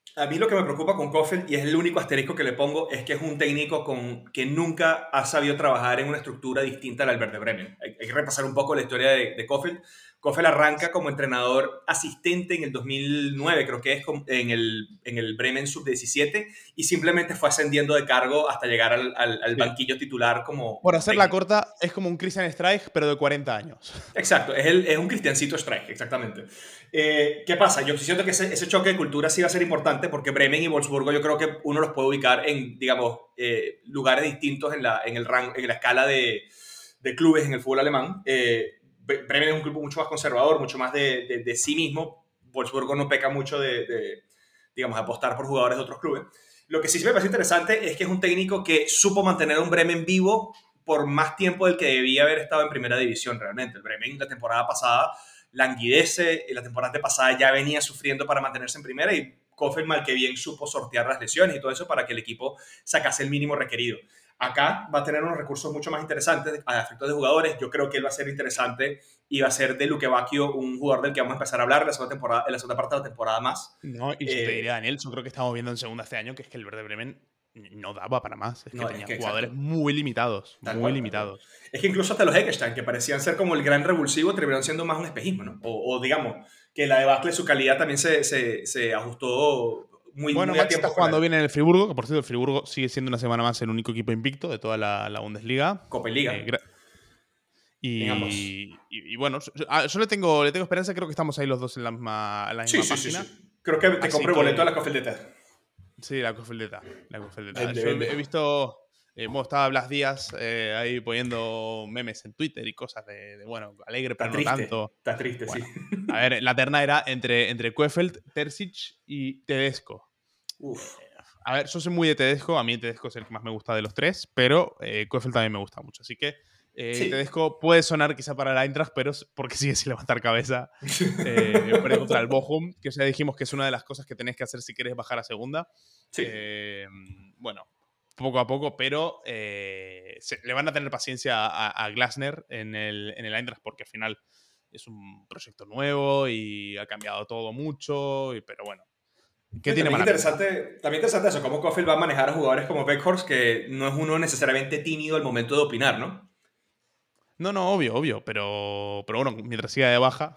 A mí lo que me preocupa con Kofeld, y es el único asterisco que le pongo, es que es un técnico con, que nunca ha sabido trabajar en una estructura distinta al Werder Bremen. Hay, hay que repasar un poco la historia de, de Kofeld. Kofeld arranca como entrenador asistente en el dos mil nueve, creo que es en el, en el Bremen sub diecisiete, y simplemente fue ascendiendo de cargo hasta llegar al, al, al Sí. banquillo titular como, Por como hacerla técnico. corta, es como un Christian Streich, pero de cuarenta años. Exacto, es, el, es un Cristiancito Strike, exactamente. Eh, ¿Qué pasa? Yo siento que ese, ese choque de cultura sí va a ser importante porque Bremen y Wolfsburgo yo creo que uno los puede ubicar en, digamos, eh, lugares distintos en la, en el rang, en la escala de, de clubes en el fútbol alemán. Eh, Bremen es un club mucho más conservador, mucho más de, de, de sí mismo. Wolfsburgo no peca mucho de, de, digamos, apostar por jugadores de otros clubes. Lo que sí me parece interesante es que es un técnico que supo mantener a un Bremen vivo por más tiempo del que debía haber estado en primera división realmente. El Bremen la temporada pasada languidece, la temporada pasada ya venía sufriendo para mantenerse en primera y Kofeld mal que bien supo sortear las lesiones y todo eso para que el equipo sacase el mínimo requerido. Acá va a tener unos recursos mucho más interesantes a efectos de jugadores. Yo creo que él va a ser interesante y va a ser de Luque Bacchio un jugador del que vamos a empezar a hablar en la segunda, temporada, en la segunda parte de la temporada más. No, y yo te Eh, diría, Daniel, yo creo que estamos viendo en segunda este año que es que el Werder Bremen no daba para más. Es que no, es tenía que jugadores exacto. muy limitados, Tal muy cual, tal cual. limitados. Es que incluso hasta los Eckstein, que parecían ser como el gran revulsivo, terminaron siendo más un espejismo, ¿no? O, o digamos, que la debacle, su calidad también se, se, se ajustó muy, Bueno, muy a Max está tiempo con jugando la bien en el Friburgo, que por cierto el Friburgo sigue siendo una semana más el único equipo invicto de toda la, la Bundesliga. Copa y Liga, Eh, gra- en ambos. y, y- y bueno, yo, ah, yo le tengo, le tengo esperanza, creo que estamos ahí los dos en la misma, en la Sí, misma sí, sí, página. sí. Creo que te Así compré boleto a la que Copa de sí, la Cofeldeta, la Cofeldeta. Vende, Yo vende. he he visto, eh, bueno, estaba Blas Díaz eh, ahí poniendo memes en Twitter y cosas de, de, bueno, alegre Está pero no triste, tanto. está triste, sí. Bueno, a ver, la terna era entre, entre Koefeld, Terzic y Tedesco. Uf. A ver, yo soy muy de Tedesco, a mí Tedesco es el que más me gusta de los tres, pero eh, Koefeld también me gusta mucho. Así que eh, Sí. Tedesco puede sonar quizá para la Eintracht, pero es porque sigue sin levantar cabeza. Eh, perdió contra el Bochum, que ya dijimos que es una de las cosas que tenés que hacer si querés bajar a segunda. Sí. Eh, bueno, poco a poco, pero eh, se, le van a tener paciencia a, a Glasner en el, en el Eintracht porque al final es un proyecto nuevo y ha cambiado todo mucho, y, pero bueno, No, que y tiene también mala pinta. interesante, también interesante eso, cómo Kofeld va a manejar a jugadores como Beckhorst, que no es uno necesariamente tímido al momento de opinar, ¿no? No, no, obvio, obvio, pero, pero bueno, mientras siga de baja,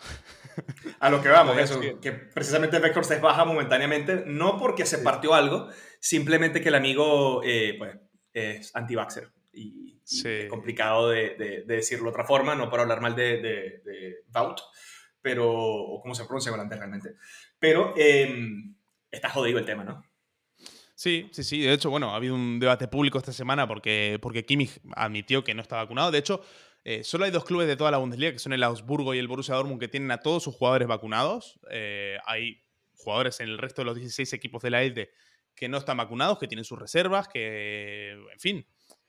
A lo que vamos, todavía eso, sigue. que precisamente Beckhorst es baja momentáneamente, no porque se Sí. partió algo, simplemente que el amigo eh, pues, es anti-vaxxer y, y es Sí. complicado de, de, de, decirlo de otra forma, no para hablar mal de, de, de Wout, pero, o cómo se pronuncia volante realmente, pero eh, está jodido el tema, ¿no? Sí, sí, sí. De hecho, bueno, ha habido un debate público esta semana porque, porque Kimmich admitió que no está vacunado. De hecho, eh, solo hay dos clubes de toda la Bundesliga, que son el Augsburgo y el Borussia Dortmund, que tienen a todos sus jugadores vacunados. Eh, hay jugadores en el resto de los dieciséis equipos de la élite que no están vacunados, que tienen sus reservas, que, en fin.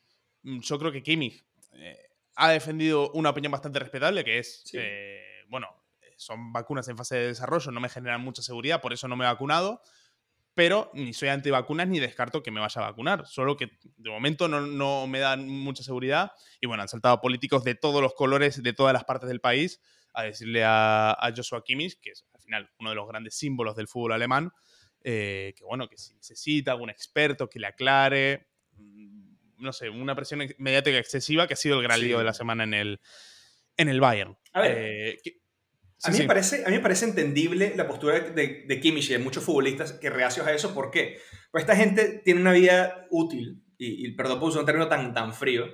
Yo creo que Kimmich eh, ha defendido una opinión bastante respetable, que es, Sí. eh, bueno, son vacunas en fase de desarrollo, no me generan mucha seguridad, por eso no me he vacunado. Pero ni soy antivacunas ni descarto que me vaya a vacunar. Solo que de momento no, no me dan mucha seguridad. Y bueno, han saltado políticos de todos los colores, de todas las partes del país, a decirle a, a Joshua Kimmich, que es al final uno de los grandes símbolos del fútbol alemán, eh, que bueno, que si necesita algún experto que le aclare. No sé, una presión mediática excesiva que ha sido el gran lío de la Sí. semana en el, en el Bayern. A ver, Eh, que, A sí, mí, me sí. parece, a mí me parece entendible la postura de, de Kimmich y de muchos futbolistas que reacios a eso. ¿Por qué? Pues esta gente tiene una vida útil, y, y perdón por usar un término tan, tan frío,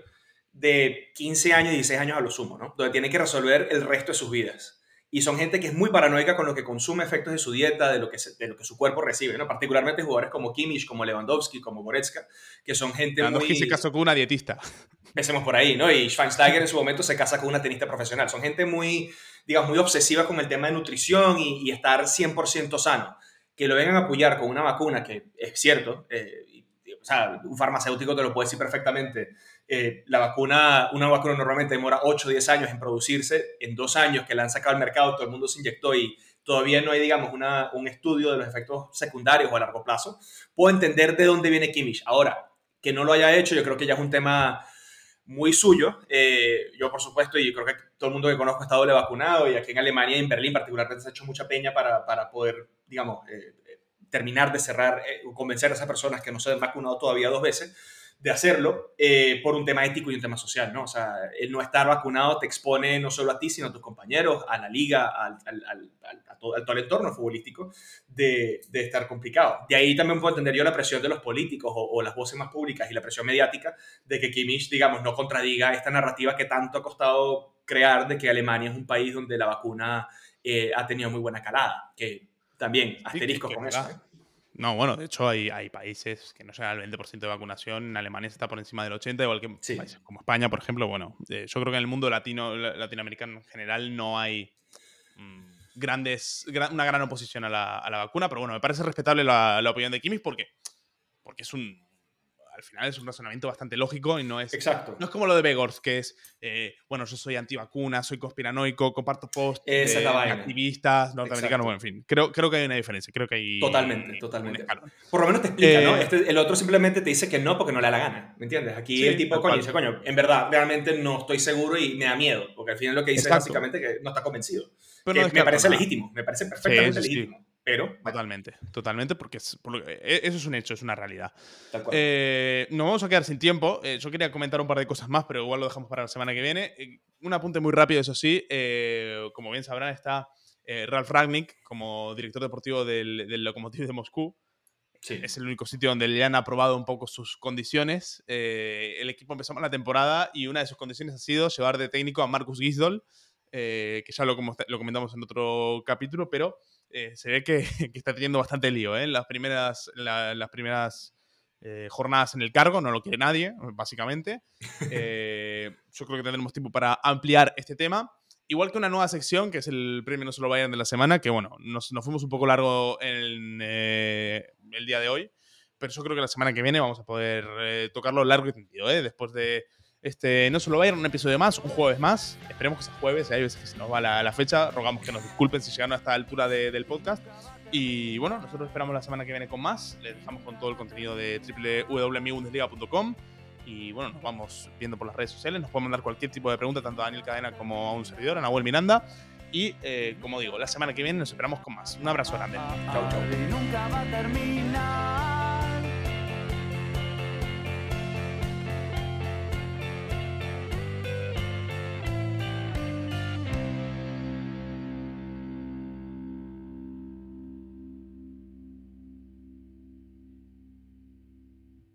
de quince años, dieciséis años a lo sumo, ¿no? Donde tienen que resolver el resto de sus vidas. Y son gente que es muy paranoica con lo que consume, efectos de su dieta, de lo que, se, de lo que su cuerpo recibe, ¿no? Particularmente jugadores como Kimmich, como Lewandowski, como Goretzka, que son gente Lewandowski se muy... casó con una dietista. Empecemos por ahí, ¿no? Y Schweinsteiger en su momento se casa con una tenista profesional. Son gente muy, digamos, muy obsesiva con el tema de nutrición y, y estar cien por ciento sano. Que lo vengan a apoyar con una vacuna, que es cierto, eh, y, o sea, un farmacéutico te lo puede decir perfectamente. Eh, la vacuna, una vacuna normalmente demora ocho o diez años en producirse. En dos años que la han sacado al mercado, todo el mundo se inyectó y todavía no hay, digamos, una, un estudio de los efectos secundarios o a largo plazo. Puedo entender de dónde viene Kimmich. Ahora, que no lo haya hecho, yo creo que ya es un tema muy suyo. Eh, yo, por supuesto, y creo que todo el mundo que conozco está doble vacunado, y aquí en Alemania y en Berlín particularmente se ha hecho mucha peña para, para poder, digamos, eh, terminar de cerrar eh, o convencer a esas personas que no se han vacunado todavía dos veces de hacerlo eh, por un tema ético y un tema social, ¿no? O sea, el no estar vacunado te expone no solo a ti, sino a tus compañeros, a la liga, al, al, al, al, a todo, a todo el entorno futbolístico de, de estar complicado. De ahí también puedo entender yo la presión de los políticos o, o las voces más públicas y la presión mediática de que Kimmich, digamos, no contradiga esta narrativa que tanto ha costado crear de que Alemania es un país donde la vacuna eh, ha tenido muy buena calada, que también asteriscos sí, que, que, con eso, ¿eh? No, bueno, de hecho hay, hay países que no llegan al veinte por ciento de vacunación. En Alemania está por encima del ochenta por ciento, igual que sí. países como España, por ejemplo. Bueno, eh, yo creo que en el mundo latino, latinoamericano en general no hay mmm, grandes, gran, una gran oposición a la, a la vacuna, pero bueno, me parece respetable la, la opinión de Kimmich porque, porque es un... al final es un razonamiento bastante lógico y no es, Exacto. no es como lo de Begors, que es, eh, bueno, yo soy antivacuna, soy conspiranoico, comparto posts de activistas norteamericanos, bueno, en fin. Creo, creo que hay una diferencia, creo que hay Totalmente, totalmente. Por lo menos te explica, eh, ¿no? Este, el otro simplemente te dice que no porque no le da la gana, ¿me entiendes? Aquí sí, el tipo, coño, dice, coño, en verdad, realmente no estoy seguro y me da miedo, porque al final lo que dice Exacto. es básicamente que no está convencido. Pero que no me parece nada. legítimo, me parece perfectamente sí, legítimo. Sí. Pero, bueno. Totalmente, totalmente, porque es, por, eso es un hecho, es una realidad. Eh, nos vamos a quedar sin tiempo. Eh, yo quería comentar un par de cosas más, pero igual lo dejamos para la semana que viene. Eh, un apunte muy rápido, eso sí. Eh, como bien sabrán, está eh, Ralf Rangnick como director deportivo del, del Lokomotiv de Moscú. Sí. Es el único sitio donde le han aprobado un poco sus condiciones. Eh, el equipo empezó mal la temporada y una de sus condiciones ha sido llevar de técnico a Marcus Gisdol, eh, que ya lo, lo comentamos en otro capítulo, pero eh, se ve que, que está teniendo bastante lío. ¿eh? Las primeras, la, las primeras eh, jornadas en el cargo no lo quiere nadie, básicamente. Eh, yo creo que tendremos tiempo para ampliar este tema. Igual que una nueva sección, que es el premio No Solo Bayern de la semana, que bueno, nos, nos fuimos un poco largo en eh, el día de hoy, pero yo creo que la semana que viene vamos a poder eh, tocarlo largo y tendido, ¿eh? Después de este No Solo Bayern, un episodio más, un jueves más. Esperemos que sea jueves, hay veces que se nos va la, la fecha, rogamos que nos disculpen si llegaron a esta altura de, del podcast. Y bueno, nosotros esperamos la semana que viene con más. Les dejamos con todo el contenido de doble u doble u doble u punto mi bundesliga punto com. Y bueno, nos vamos viendo por las redes sociales. Nos pueden mandar cualquier tipo de pregunta, tanto a Daniel Cadena como a un servidor, a Nahuel Miranda. Y eh, como digo, la semana que viene nos esperamos con más. Un abrazo grande. Chau, chau.